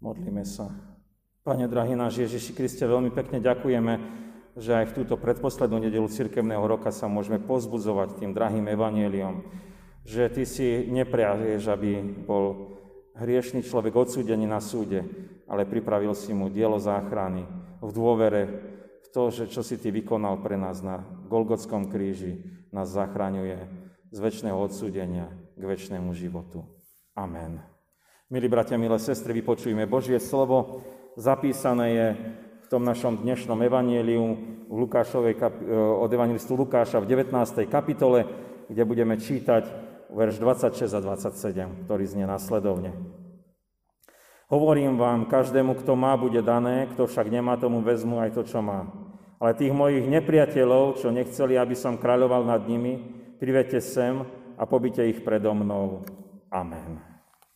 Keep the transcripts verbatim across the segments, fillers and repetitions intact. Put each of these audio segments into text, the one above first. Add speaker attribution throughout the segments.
Speaker 1: Modlíme sa. Pane drahý náš Ježiši Kriste, veľmi pekne ďakujeme, že aj v túto predposlednú nedeľu cirkevného roka sa môžeme pozbudzovať tým drahým evanjeliom, že Ty si nepriažeš, aby bol hriešný človek odsúdený na súde, ale pripravil si mu dielo záchrany v dôvere v to, že čo si Ty vykonal pre nás na Golgotskom kríži, nás zachraňuje z večného odsúdenia k večnému životu. Amen. Milí bratia, milé sestry, vypočujme Božie slovo. Zapísané je v tom našom dnešnom evanjeliu v Lukášovej, od evanjelistu Lukáša v devätnástej kapitole, kde budeme čítať verš dvadsaťšesť a dvadsaťsedem, ktorý znie nasledovne. Hovorím vám, každému, kto má, bude dané, kto však nemá, tomu vezmu aj to, čo má. Ale tých mojich nepriateľov, čo nechceli, aby som kráľoval nad nimi, privedte sem a pobite ich predo mnou. Amen.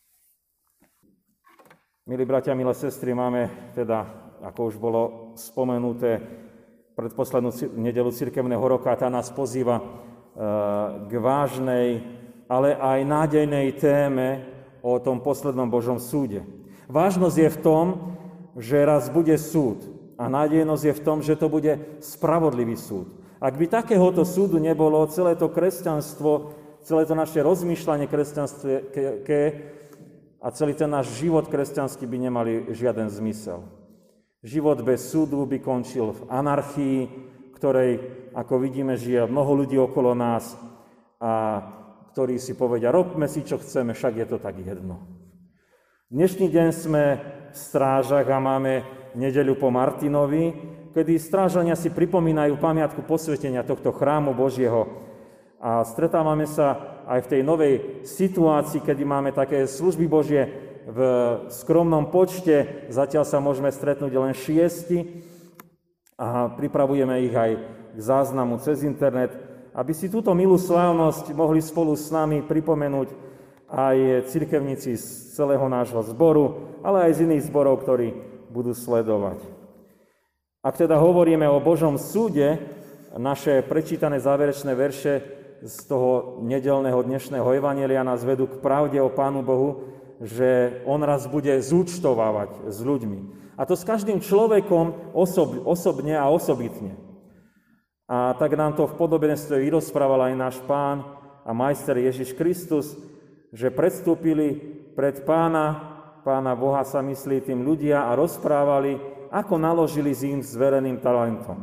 Speaker 1: Milí bratia, milé sestry, máme teda, ako už bolo spomenuté, predposlednú nedeľu cirkevného roka, tá nás pozýva e, k vážnej, ale aj nádejnej téme o tom poslednom Božom súde. Vážnosť je v tom, že raz bude súd a nádejnosť je v tom, že to bude spravodlivý súd. Ak by takéhoto súdu nebolo, celé to kresťanstvo, celé to naše rozmýšľanie kresťanské a celý ten náš život kresťanský by nemali žiaden zmysel. Život bez súdu by končil v anarchii, ktorej, ako vidíme, žije mnoho ľudí okolo nás a ktorí si povedia, robme si, čo chceme, však je to tak jedno. Dnešný deň sme v strážach a máme nedeľu po Martinovi, kedy strážania si pripomínajú pamiatku posvetenia tohto chrámu Božieho. A stretávame sa aj v tej novej situácii, kedy máme také služby Božie v skromnom počte. Zatiaľ sa môžeme stretnúť len šiesti a pripravujeme ich aj k záznamu cez internet, aby si túto milú slávnosť mohli spolu s nami pripomenúť aj cirkevníci z celého nášho zboru, ale aj z iných zborov, ktorí budú sledovať. Ak teda hovoríme o Božom súde, naše prečítané záverečné verše z toho nedeľného dnešného evanjelia nás vedú k pravde o Pánu Bohu, že On raz bude zúčtovávať s ľuďmi. A to s každým človekom osob, osobne a osobitne. A tak nám to v podobenstve vyrozprával aj náš Pán a majster Ježiš Kristus, že predstúpili pred Pána, Pána Boha sa myslí tým ľudia a rozprávali, ako naložili s im zvereným talentom.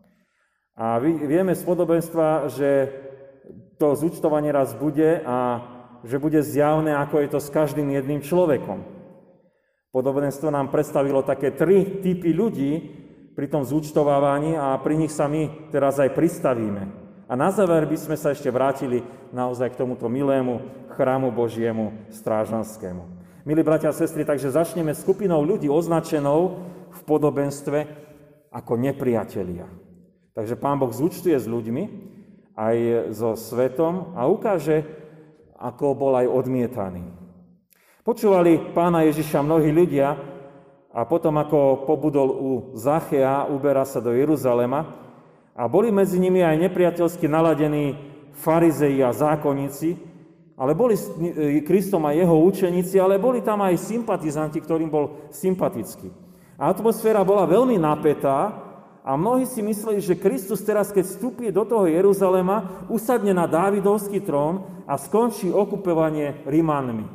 Speaker 1: A vieme z podobenstva, že to zúčtovanie raz bude a že bude zjavné, ako je to s každým jedným človekom. Podobenstvo nám predstavilo také tri typy ľudí pri tom zúčtovávaní a pri nich sa my teraz aj pristavíme. A na záver by sme sa ešte vrátili naozaj k tomuto milému chrámu Božiemu strážanskému. Milí bratia a sestry, takže začneme skupinou ľudí označenou v podobenstve ako nepriatelia. Takže Pán Boh zúčtuje s ľuďmi, aj so svetom a ukáže, ako bol aj odmietaný. Počúvali Pána Ježiša mnohí ľudia a potom, ako pobudol u Zachea, uberá sa do Jeruzalema a boli medzi nimi aj nepriateľsky naladení farizei a zákonníci, ale boli Kristom a jeho učeníci, ale boli tam aj sympatizanti, ktorým bol sympatický. A atmosféra bola veľmi napätá, a mnohí si mysleli, že Kristus teraz, keď vstúpi do toho Jeruzalema, usadne na Dávidovský trón a skončí okupovanie Rimanmi.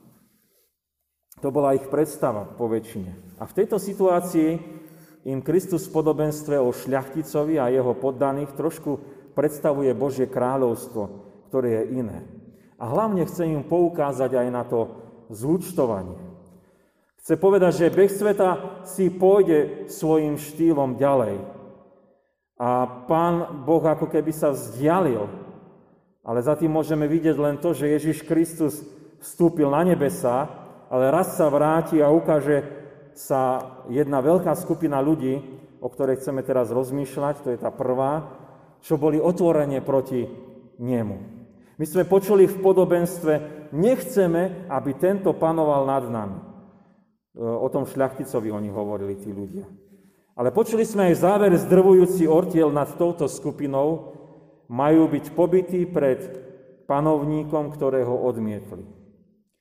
Speaker 1: To bola ich predstava po väčšine. A v tejto situácii im Kristus v podobenstve o šľachticovi a jeho poddaných trošku predstavuje Božie kráľovstvo, ktoré je iné. A hlavne chce im poukázať aj na to zúčtovanie. Chce povedať, že beh sveta si pôjde svojím štýlom ďalej. A Pán Boh ako keby sa vzdialil. Ale za tým môžeme vidieť len to, že Ježiš Kristus vstúpil na nebesá, ale raz sa vráti a ukáže sa jedna veľká skupina ľudí, o ktorej chceme teraz rozmýšľať, to je tá prvá, čo boli otvorene proti nemu. My sme počuli v podobenstve, nechceme, aby tento panoval nad nami. O tom šľachticovi oni hovorili, tí ľudia. Ale počuli sme aj záver zdrvujúci ortiel nad touto skupinou, majú byť pobytí pred panovníkom, ktorého odmietli.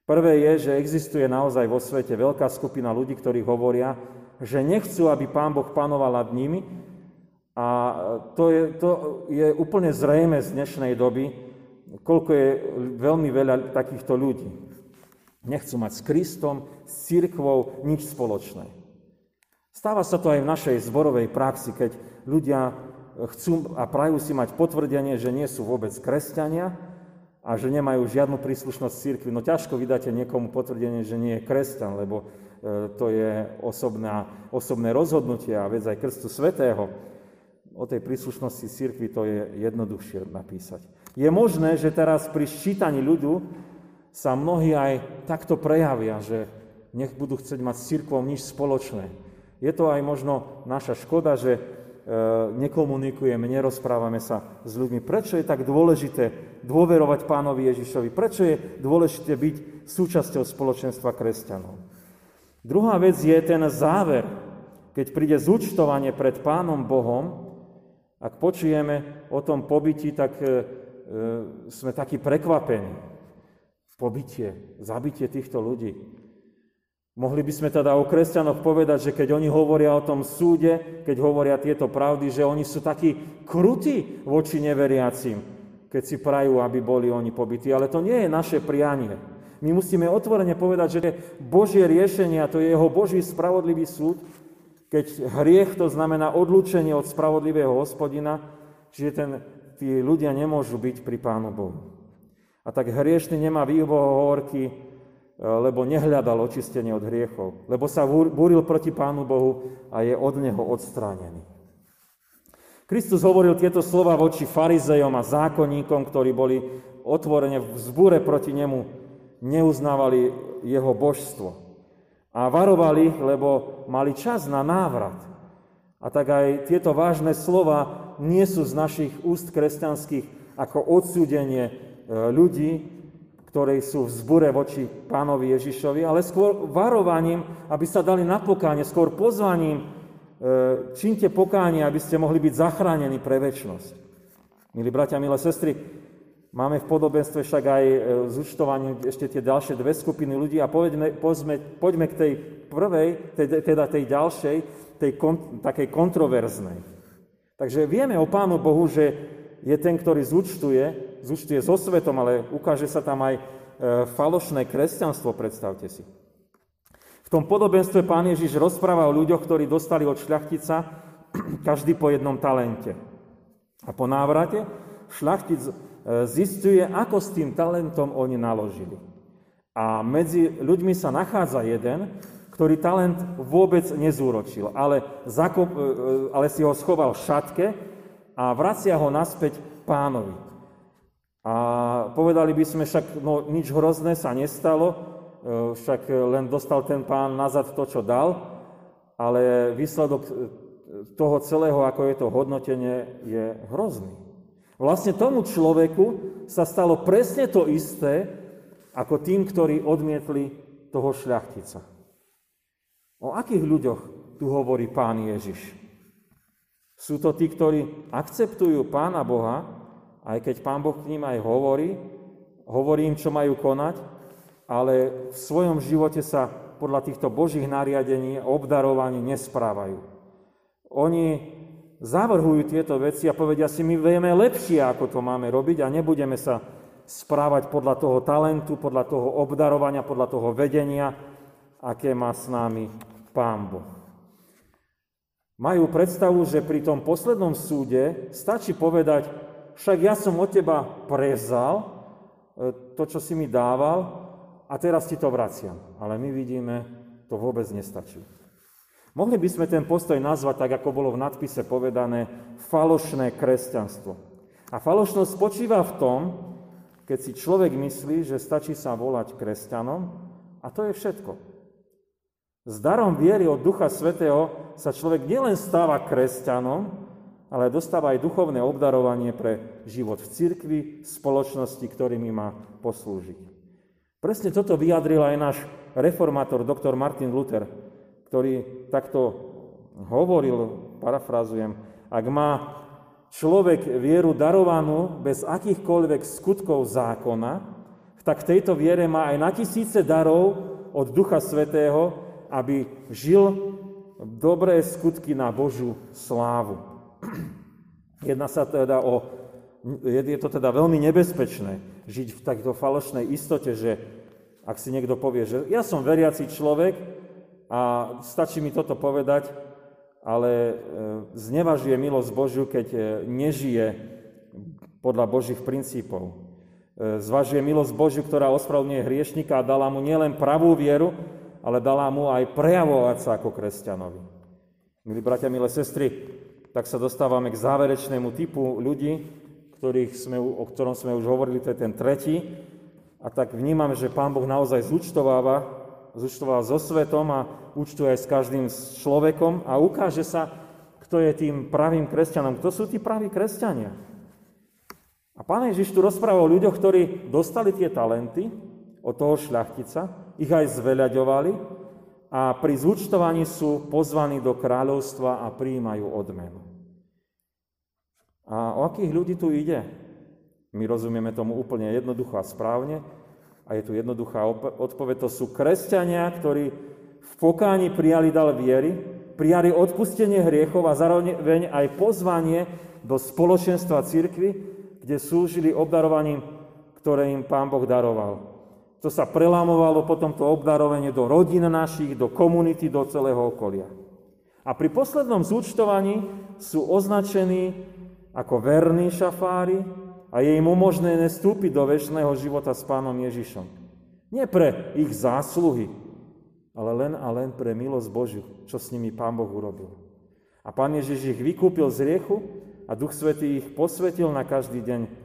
Speaker 1: Prvé je, že existuje naozaj vo svete veľká skupina ľudí, ktorí hovoria, že nechcú, aby Pán Boh panoval nad nimi. A to je, to je úplne zrejme z dnešnej doby, koľko je veľmi veľa takýchto ľudí. Nechcú mať s Kristom, s cirkvou nič spoločné. Stáva sa to aj v našej zborovej praxi, keď ľudia chcú a prajú si mať potvrdenie, že nie sú vôbec kresťania a že nemajú žiadnu príslušnosť cirkvi. No ťažko vydáte niekomu potvrdenie, že nie je kresťan, lebo to je osobná, osobné rozhodnutie a vec aj Krstu Svätého. O tej príslušnosti cirkvi to je jednoduchšie napísať. Je možné, že teraz pri ščítaní ľudu sa mnohí aj takto prejavia, že nech budú chcieť mať s cirkvou nič spoločné. Je to aj možno naša škoda, že e, nekomunikujeme, nerozprávame sa s ľuďmi. Prečo je tak dôležité dôverovať Pánovi Ježišovi? Prečo je dôležité byť súčasťou spoločenstva kresťanov? Druhá vec je ten záver, keď príde zúčtovanie pred Pánom Bohom. Ak počujeme o tom pobití, tak e, e, sme takí prekvapení. Pobitie, zabitie týchto ľudí. Mohli by sme teda o kresťanoch povedať, že keď oni hovoria o tom súde, keď hovoria tieto pravdy, že oni sú takí krutí voči neveriacim, keď si prajú, aby boli oni pobití. Ale to nie je naše prianie. My musíme otvorene povedať, že Božie riešenie, a to je jeho Boží spravodlivý súd, keď hriech, to znamená odlúčenie od spravodlivého Hospodina, čiže ten, tí ľudia nemôžu byť pri Pánu Bohu. A tak hriešný nemá výhovorky, lebo nehľadal očistenie od hriechov, lebo sa búril proti Pánu Bohu a je od neho odstránený. Kristus hovoril tieto slova voči farizejom a zákonníkom, ktorí boli otvorene v zbúre proti nemu, neuznávali jeho božstvo. A varovali, lebo mali čas na návrat. A tak aj tieto vážne slova nie sú z našich úst kresťanských ako odsúdenie ľudí, ktorí sú v zbure voči Pánovi Ježišovi, ale skôr varovaním, aby sa dali na pokánie, skôr pozvaním, čínte pokánie, aby ste mohli byť zachránení pre večnosť. Milí bratia, milé sestry, máme v podobenstve však aj zúčtovanie ešte tie ďalšie dve skupiny ľudí a poďme, poďme, poďme k tej prvej, teda tej ďalšej, tej kon, takej kontroverznej. Takže vieme o Pánu Bohu, že je ten, ktorý zúčtuje, zúčtuje so svetom, ale ukáže sa tam aj e, falošné kresťanstvo, predstavte si. V tom podobenstve Pán Ježiš rozpráva o ľuďoch, ktorí dostali od šľachtica každý po jednom talente. A po návrate šľachtic zisťuje, ako s tým talentom oni naložili. A medzi ľuďmi sa nachádza jeden, ktorý talent vôbec nezúročil, ale, zakop, ale si ho schoval v šatke a vracia ho naspäť Pánovi. A povedali by sme však, no nič hrozné sa nestalo, však len dostal ten Pán nazad to, čo dal, ale výsledok toho celého, ako je to hodnotenie, je hrozný. Vlastne tomu človeku sa stalo presne to isté, ako tým, ktorí odmietli toho šľachtica. O akých ľuďoch tu hovorí Pán Ježiš? Sú to tí, ktorí akceptujú Pána Boha, aj keď Pán Boh k ním aj hovorí, hovorí im, čo majú konať, ale v svojom živote sa podľa týchto Božích nariadení a obdarovaní nesprávajú. Oni zavrhujú tieto veci a povedia si, my vieme lepšie, ako to máme robiť a nebudeme sa správať podľa toho talentu, podľa toho obdarovania, podľa toho vedenia, aké má s nami Pán Boh. Majú predstavu, že pri tom poslednom súde stačí povedať, však ja som od teba prevzal to, čo si mi dával a teraz ti to vraciam. Ale my vidíme, to vôbec nestačí. Mohli by sme ten postoj nazvať, tak ako bolo v nadpise povedané, falošné kresťanstvo. A falošnosť spočíva v tom, keď si človek myslí, že stačí sa volať kresťanom a to je všetko. S darom viery od Ducha Svätého sa človek nielen stáva kresťanom, ale dostáva aj duchovné obdarovanie pre život v cirkvi, v spoločnosti, ktorými má poslúžiť. Presne toto vyjadril aj náš reformátor, doktor Martin Luther, ktorý takto hovoril, parafrázujem, ak má človek vieru darovanú bez akýchkoľvek skutkov zákona, tak v tejto viere má aj na tisíce darov od Ducha Svätého, aby žil dobré skutky na Božiu slávu. Jedná sa teda o, je to teda veľmi nebezpečné žiť v takto falošnej istote, že ak si niekto povie, že ja som veriaci človek a stačí mi toto povedať, ale znevažuje milosť Božiu, keď nežije podľa Božích princípov. Zvažuje milosť Božiu, ktorá ospravedlňuje hriešnika a dala mu nielen pravú vieru, ale dala mu aj prejavovať sa ako kresťanovi. Milí bratia, milé sestry, tak sa dostávame k záverečnému typu ľudí, ktorých sme, o ktorom sme už hovorili, to je ten tretí. A tak vnímam, že Pán Boh naozaj zúčtováva, zúčtováva so svetom a účtuje aj s každým človekom a ukáže sa, kto je tým pravým kresťanom. Kto sú tí praví kresťania? A Pán Ježiš tu rozpráva o ľuďoch, ktorí dostali tie talenty od toho šľachtica, ich aj zveľaďovali a pri zúčtovaní sú pozvaní do kráľovstva a prijímajú odmenu. A o akých ľudí tu ide? My rozumieme tomu úplne jednoducho a správne a je tu jednoduchá odpoveď. To sú kresťania, ktorí v pokáni prijali dar viery, prijali odpustenie hriechov a zároveň aj pozvanie do spoločenstva cirkvi, kde slúžili obdarovaním, ktoré im Pán Boh daroval. To sa prelámovalo potom to obdarovanie do rodín našich, do komunity, do celého okolia. A pri poslednom zúčtovaní sú označení ako verní šafári a je im umožnené vstúpiť do večného života s Pánom Ježišom. Nie pre ich zásluhy, ale len a len pre milosť Božiu, čo s nimi Pán Boh urobil. A Pán Ježiš ich vykúpil z hriechu a Duch Svätý ich posvetil na každý deň e,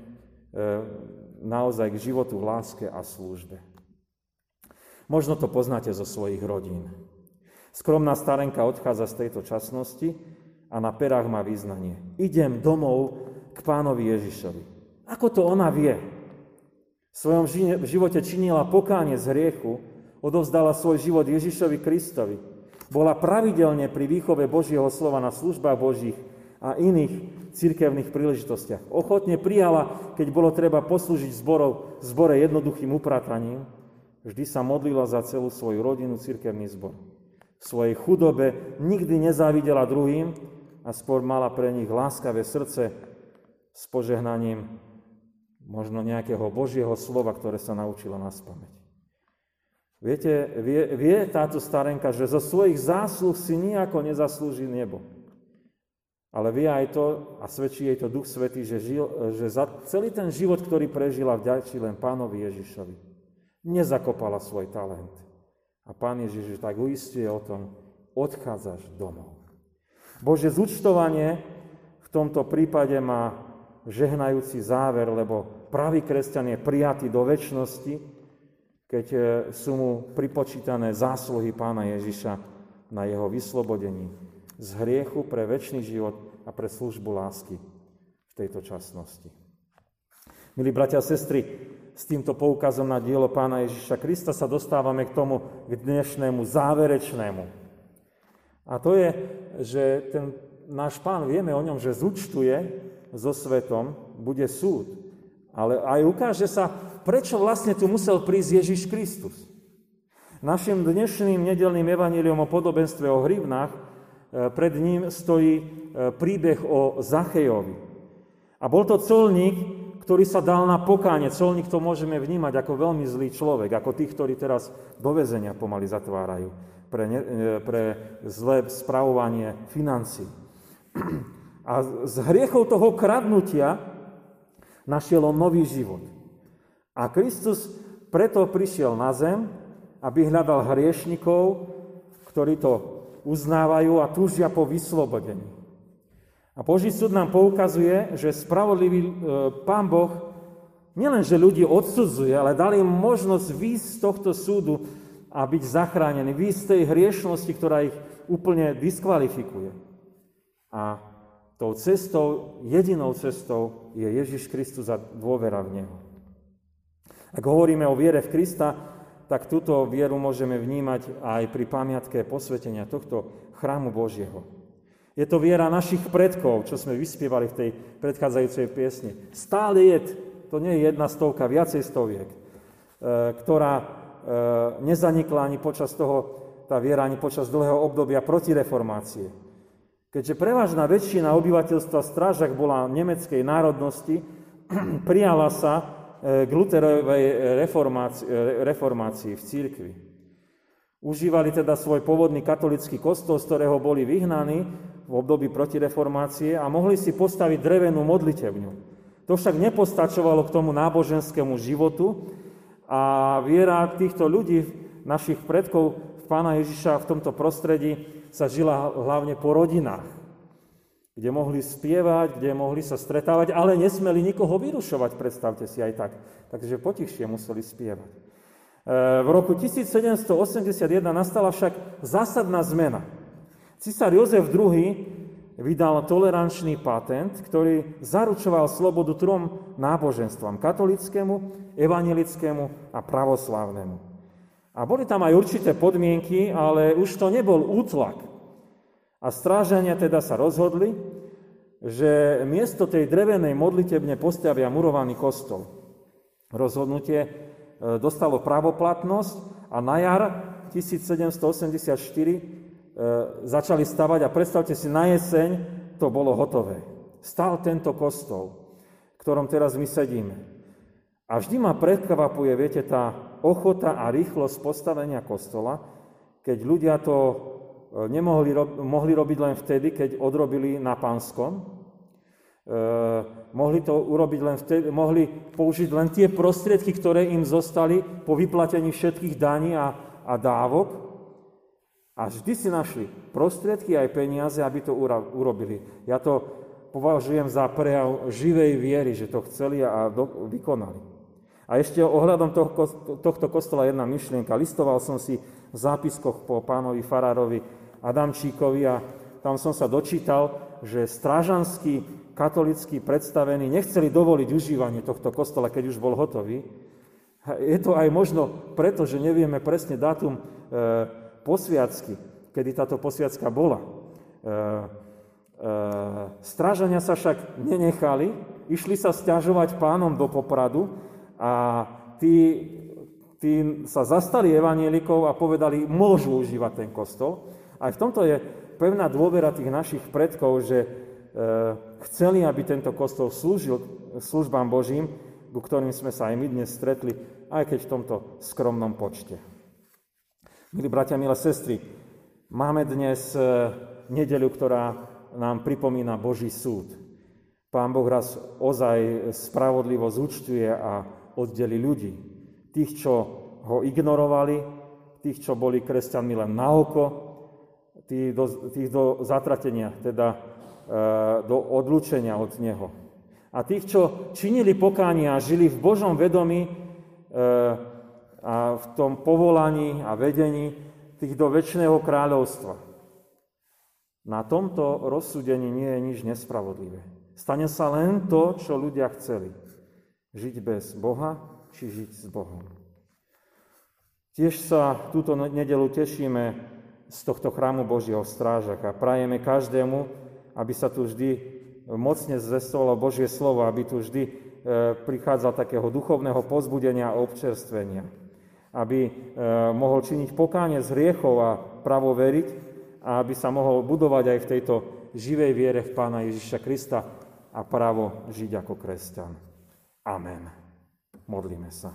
Speaker 1: naozaj k životu v láske a službe. Možno to poznáte zo svojich rodín. Skromná starenka odchádza z tejto časnosti a na perách má vyznanie. Idem domov k Pánovi Ježišovi. Ako to ona vie? V svojom živote činila pokánie z hriechu, odovzdala svoj život Ježišovi Kristovi. Bola pravidelne pri výchove Božieho slova na službách Božích a iných cirkevných príležitostiach. Ochotne prijala, keď bolo treba poslúžiť zborov, zbore jednoduchým uprataním. Vždy sa modlila za celú svoju rodinu, cirkevný zbor. V svojej chudobe nikdy nezávidela druhým a skôr mala pre nich láskavé srdce s požehnaním možno nejakého Božieho slova, ktoré sa naučila naspamäť. Viete, vie, vie táto starenka, že zo svojich zásluh si nijako nezaslúži nebo. Ale vie aj to, a svedčí jej to Duch Svätý, že, žil, že za celý ten život, ktorý prežila, vďačí len Pánovi Ježišovi. Nezakopala svoj talent. A Pán Ježiš tak uistuje o tom, odchádzaš domov. Božie zúčtovanie v tomto prípade má žehnajúci záver, lebo pravý kresťan je prijatý do večnosti, keď sú mu pripočítané zásluhy Pána Ježiša na jeho vyslobodení z hriechu pre večný život a pre službu lásky v tejto časnosti. Milí bratia a sestry, s týmto poukazom na dielo Pána Ježiša Krista sa dostávame k tomu, k dnešnému záverečnému. A to je, že ten náš Pán, vieme o ňom, že zúčtuje so svetom, bude súd. Ale aj ukáže sa, prečo vlastne tu musel prísť Ježiš Kristus. Našim dnešným nedeľným evanjeliom o podobenstve o hrivnách pred ním stojí príbeh o Zachejovi. A bol to colník, ktorý sa dal na pokánie. Colník to môžeme vnímať ako veľmi zlý človek, ako tých, ktorí teraz do väzenia pomaly zatvárajú pre, ne, pre zlé spravovanie financií. A z hriechov toho kradnutia našiel on nový život. A Kristus preto prišiel na zem, aby hľadal hriešnikov, ktorí to uznávajú a túžia po vyslobodení. A Boží súd nám poukazuje, že spravodlivý e, Pán Boh nielenže ľudí odsudzuje, ale dal im možnosť výjsť z tohto súdu a byť zachránení, výjsť z tej hriešnosti, ktorá ich úplne diskvalifikuje. A tou cestou, jedinou cestou je Ježiš Kristus a dôvera v Neho. Ak hovoríme o viere v Krista, tak túto vieru môžeme vnímať aj pri pamiatke posvetenia tohto chrámu Božieho. Je to viera našich predkov, čo sme vyspievali v tej predchádzajúcej piesni. Stále je, to nie je jedna stovka, viacej stoviek. ktorá nezanikla ani počas toho, tá viera ani počas dlhého obdobia protireformácie. Keďže prevažná väčšina obyvateľstva v Strážach bola nemeckej národnosti, prijala sa k Lutherovej reformácii, reformácii v cirkvi. Užívali teda svoj pôvodný katolický kostol, z ktorého boli vyhnaní v období protireformácie a mohli si postaviť drevenú modlitevňu. To však nepostačovalo k tomu náboženskému životu a viera týchto ľudí, našich predkov v Pána Ježiša v tomto prostredí sa žila hlavne po rodinách, kde mohli spievať, kde mohli sa stretávať, ale nesmeli nikoho vyrušovať, predstavte si aj tak. Takže potichšie museli spievať. V roku tisícsedemstoosemdesiatjeden nastala však zásadná zmena. Cisár Jozef druhý. vydal tolerančný patent, ktorý zaručoval slobodu trom náboženstvám, katolickému, evanjelickému a pravoslávnemu. A boli tam aj určité podmienky, ale už to nebol útlak. A strážania teda sa rozhodli, že miesto tej drevenej modlitebne postavia murovaný kostol. Rozhodnutie dostalo pravoplatnosť a na jar tisícsedemstoosemdesiatštyri začali stavať a predstavte si, na jeseň to bolo hotové. Stál tento kostol, v ktorom teraz my sedíme. A vždy ma prekvapuje, viete, tá ochota a rýchlosť postavenia kostola, keď ľudia to nemohli mohli robiť len vtedy, keď odrobili na Pánskom. E, mohli to urobiť len vtedy, mohli použiť len tie prostriedky, ktoré im zostali po vyplatení všetkých daní a, a dávok. A vždy si našli prostriedky aj peniaze, aby to urobili. Ja to považujem za prejav živej viery, že to chceli a do, vykonali. A ešte ohľadom toho, tohto kostola jedna myšlienka. Listoval som si v zápiskoch po pánovi farárovi Adamčíkovi a tam som sa dočítal, že strážanskí katolícky predstavení nechceli dovoliť užívanie tohto kostola, keď už bol hotový. Je to aj možno preto, že nevieme presne dátum e, posviacky, kedy táto posviacka bola. E, e, strážania sa však nenechali, išli sa sťažovať pánom do Popradu a tí, tí sa zastali evanjelikov a povedali, môžu užívať ten kostol. Aj v tomto je pevná dôvera tých našich predkov, že e, chceli, aby tento kostol slúžil službám Božím, ku ktorým sme sa aj my dnes stretli, aj keď v tomto skromnom počte. Milí bratia, milé sestry, máme dnes nedeľu, ktorá nám pripomína Boží súd. Pán Boh raz ozaj spravodlivo zúčtuje a oddeli ľudí. Tých, čo ho ignorovali, tých, čo boli kresťanmi len na oko, tých do, tých do zatratenia, teda e, do odlúčenia od Neho. A tých, čo činili pokánie a žili v Božom vedomí, e, a v tom povolaní a vedení tých do večného kráľovstva. Na tomto rozsúdení nie je nič nespravodlivé. Stane sa len to, čo ľudia chceli. Žiť bez Boha, či žiť s Bohom. Tiež sa túto nedeľu tešíme z tohto chrámu Božieho v Strážach a prajeme každému, aby sa tu vždy mocne zvestovalo Božie slovo, aby tu vždy prichádzal takého duchovného povzbudenia a občerstvenia. Aby e, mohol činiť pokánie z hriechov a pravo veriť a aby sa mohol budovať aj v tejto živej viere v Pána Ježiša Krista a pravo žiť ako kresťan. Amen. Modlíme sa.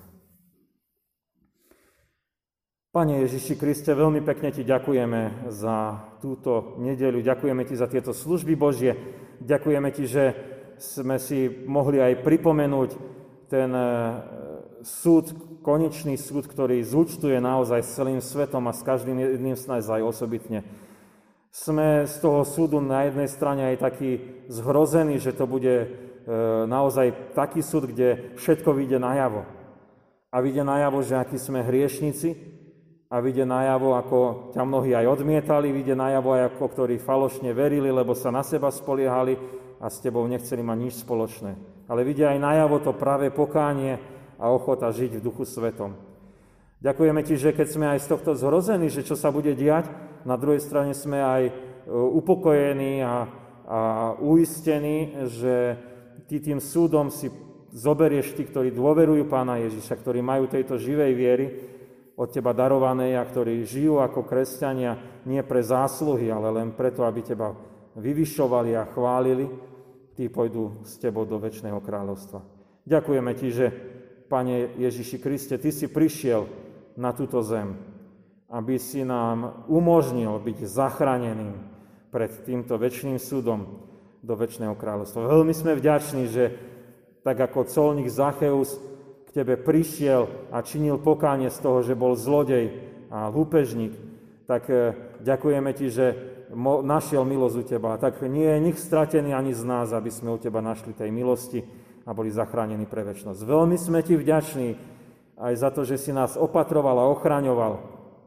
Speaker 1: Pane Ježiši Kriste, veľmi pekne Ti ďakujeme za túto nedeľu, ďakujeme Ti za tieto služby Božie, ďakujeme Ti, že sme si mohli aj pripomenúť ten súd, konečný súd, ktorý zúčtuje naozaj s celým svetom a s každým jedným z nás aj osobitne. Sme z toho súdu na jednej strane aj taký zhrození, že to bude e, naozaj taký súd, kde všetko vyjde najavo. A vyjde najavo, že akí sme hriešnici, a vyjde najavo, ako ťa mnohí aj odmietali, vyjde najavo aj ako ktorí falošne verili, lebo sa na seba spoliehali a s tebou nechceli mať nič spoločné. Ale vyjde aj najavo to pravé pokánie a ochota žiť v Duchu Svetom. Ďakujeme Ti, že keď sme aj z tohto zhrození, že čo sa bude diať, na druhej strane sme aj upokojení a, a uistení, že Ty tým súdom si zoberieš tí, ktorí dôverujú Pána Ježiša, ktorí majú tejto živej viery od Teba darovanej a ktorí žijú ako kresťania nie pre zásluhy, ale len preto, aby Teba vyvyšovali a chválili, tí pôjdu s Tebou do večného kráľovstva. Ďakujeme Ti, že, Pane Ježiši Kriste, Ty si prišiel na túto zem, aby si nám umožnil byť zachráneným pred týmto večným súdom do večného kráľovstva. Veľmi sme vďační, že tak ako colník Zacheus k Tebe prišiel a činil pokánie z toho, že bol zlodej a lúpežník, tak ďakujeme Ti, že našiel milosť u Teba. Tak nie je nik stratený ani z nás, aby sme u Teba našli tej milosti a boli zachránení pre večnosť. Veľmi sme Ti vďační aj za to, že si nás opatroval a ochraňoval.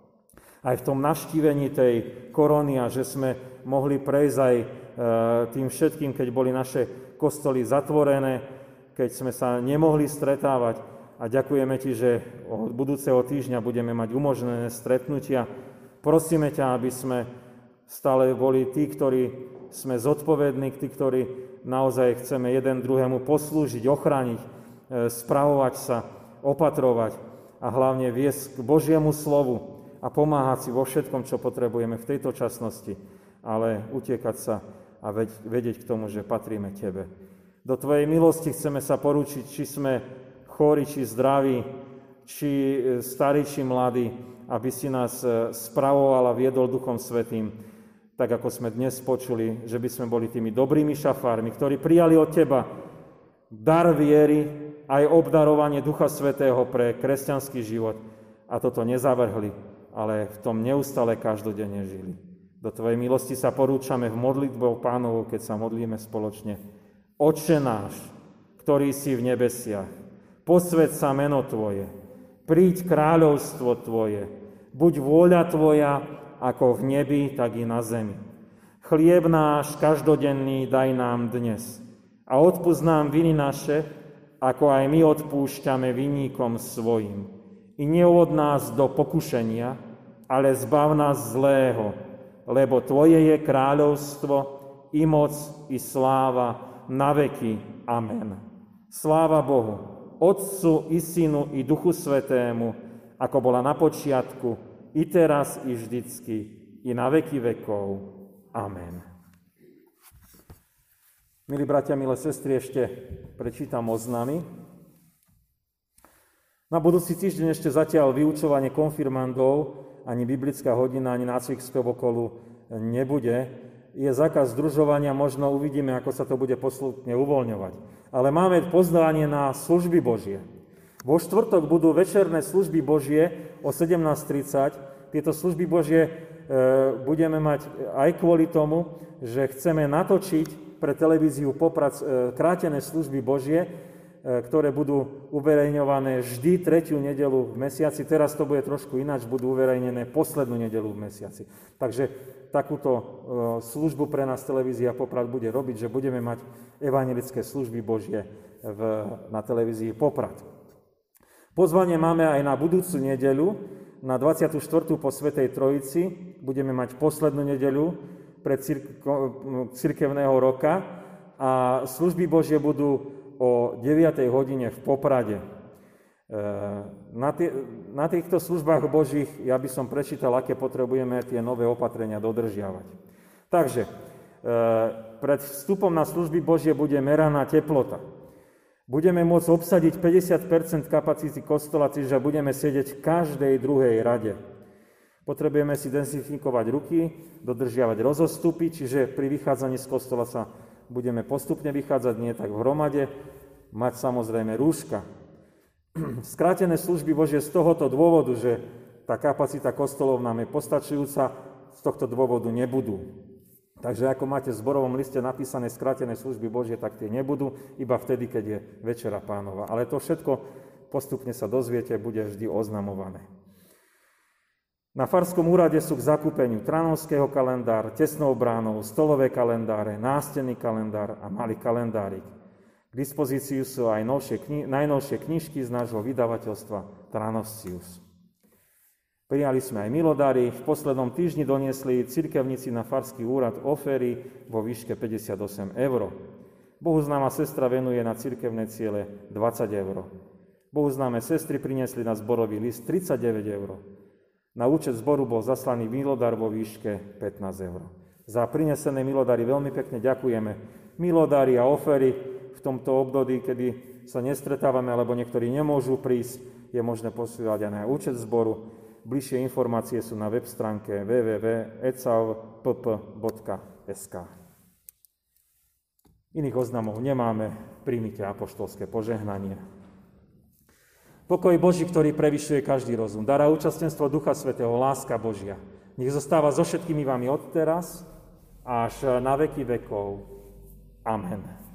Speaker 1: Aj v tom navštívení tej korony a že sme mohli prejsť aj tým všetkým, keď boli naše kostoly zatvorené, keď sme sa nemohli stretávať. A ďakujeme Ti, že od budúceho týždňa budeme mať umožnené stretnutia. Prosíme ťa, aby sme stále boli tí, ktorí sme zodpovední, tí, ktorí naozaj chceme jeden druhému poslúžiť, ochrániť, spravovať sa, opatrovať a hlavne viesť k Božiemu slovu a pomáhať si vo všetkom, čo potrebujeme v tejto časnosti, ale utiekať sa a vedieť k tomu, že patríme Tebe. Do Tvojej milosti chceme sa porúčiť, či sme chorí, či zdraví, či starí, či mladí, aby si nás spravoval a viedol Duchom Svätým, tak ako sme dnes počuli, že by sme boli tými dobrými šafármi, ktorí prijali od Teba dar viery, aj obdarovanie Ducha Svätého pre kresťanský život a toto nezavrhli, ale v tom neustále každodenne žili. Do Tvojej milosti sa porúčame v modlitbou Pánovu, keď sa modlíme spoločne. Otče náš, ktorý si v nebesiach, posväť sa meno Tvoje, príď kráľovstvo Tvoje, buď vôľa Tvoja, ako v nebi, tak i na zemi. Chlieb náš každodenný daj nám dnes a odpusť nám viny naše, ako aj my odpúšťame vinníkom svojim. I neuvod nás do pokušenia, ale zbav nás zlého, lebo Tvoje je kráľovstvo, i moc, i sláva, na veky. Amen. Sláva Bohu, Otcu, i Synu, i Duchu Svätému, ako bola na počiatku, i teraz, i vždycky, i na veky vekov. Amen. Milí bratia, milé sestry, ešte prečítam oznamy. Na budúci týždeň ešte zatiaľ vyučovanie konfirmandov, ani biblická hodina, ani nácvik spevokolu nebude. Je zákaz združovania, možno uvidíme, ako sa to bude postupne uvoľňovať. Ale máme pozvanie na služby Božie. Vo štvrtok budú večerné služby Božie o sedemnásť tridsať. Tieto služby Božie e, budeme mať aj kvôli tomu, že chceme natočiť pre televíziu Poprad e, krátené služby Božie, e, ktoré budú uverejňované vždy tretiu nedeľu v mesiaci. Teraz to bude trošku ináč, budú uverejnené poslednú nedeľu v mesiaci. Takže takúto e, službu pre nás televízia Poprad bude robiť, že budeme mať evanjelické služby Božie v, na televízii Poprad. Pozvanie máme aj na budúcu nedeľu, na dvadsiatu štvrtú po Svätej Trojici. Budeme mať poslednú nedeľu pred cirkevného roka a služby Božie budú o deviatej hodine v Poprade. Na, tý, na týchto službách Božích ja by som prečítal, aké potrebujeme tie nové opatrenia dodržiavať. Takže pred vstupom na služby Božie bude meraná teplota. Budeme môcť obsadiť päťdesiat percent kapacity kostola, čiže budeme sedieť v každej druhej rade. Potrebujeme si dezinfikovať ruky, dodržiavať rozostupy, čiže pri vychádzaní z kostola sa budeme postupne vychádzať, nie tak v hromade, mať samozrejme rúška. Skrátené služby Božie z tohoto dôvodu, že tá kapacita kostolov nám je postačujúca, z tohto dôvodu nebudú. Takže ako máte v zborovom liste napísané skrátené služby Božie, tak tie nebudú, iba vtedy, keď je Večera Pánova. Ale to všetko postupne sa dozviete, bude vždy oznamované. Na farskom úrade sú k zakúpeniu Tranovského kalendár, tesnou bránou, stolové kalendáre, nástenný kalendár a malý kalendárik. K dispozícii sú aj novšie kni- najnovšie knižky z nášho vydavateľstva Tranovcius. Prijali sme aj milodary. V poslednom týždni doniesli cirkevníci na farský úrad oféry vo výške päťdesiatosem eur. Bohuznáma sestra venuje na cirkevné ciele dvadsať eur. Bohuznáme sestry priniesli na zborový list tridsaťdeväť eur. Na účet zboru bol zaslaný milodar vo výške pätnásť eur. Za prinesené milodary veľmi pekne ďakujeme. Milodary a ofery v tomto období, kedy sa nestretávame, alebo niektorí nemôžu prísť, je možné posielať aj na účet zboru. Bližšie informácie sú na web stránke w w w bodka e c a v p p bodka s k. Iných oznamov nemáme, príjmite apoštolské požehnanie. Pokoj Boží, ktorý prevyšuje každý rozum, dará účastenstvo Ducha Svätého, láska Božia, nech zostáva so všetkými vami od teraz až na veky vekov. Amen.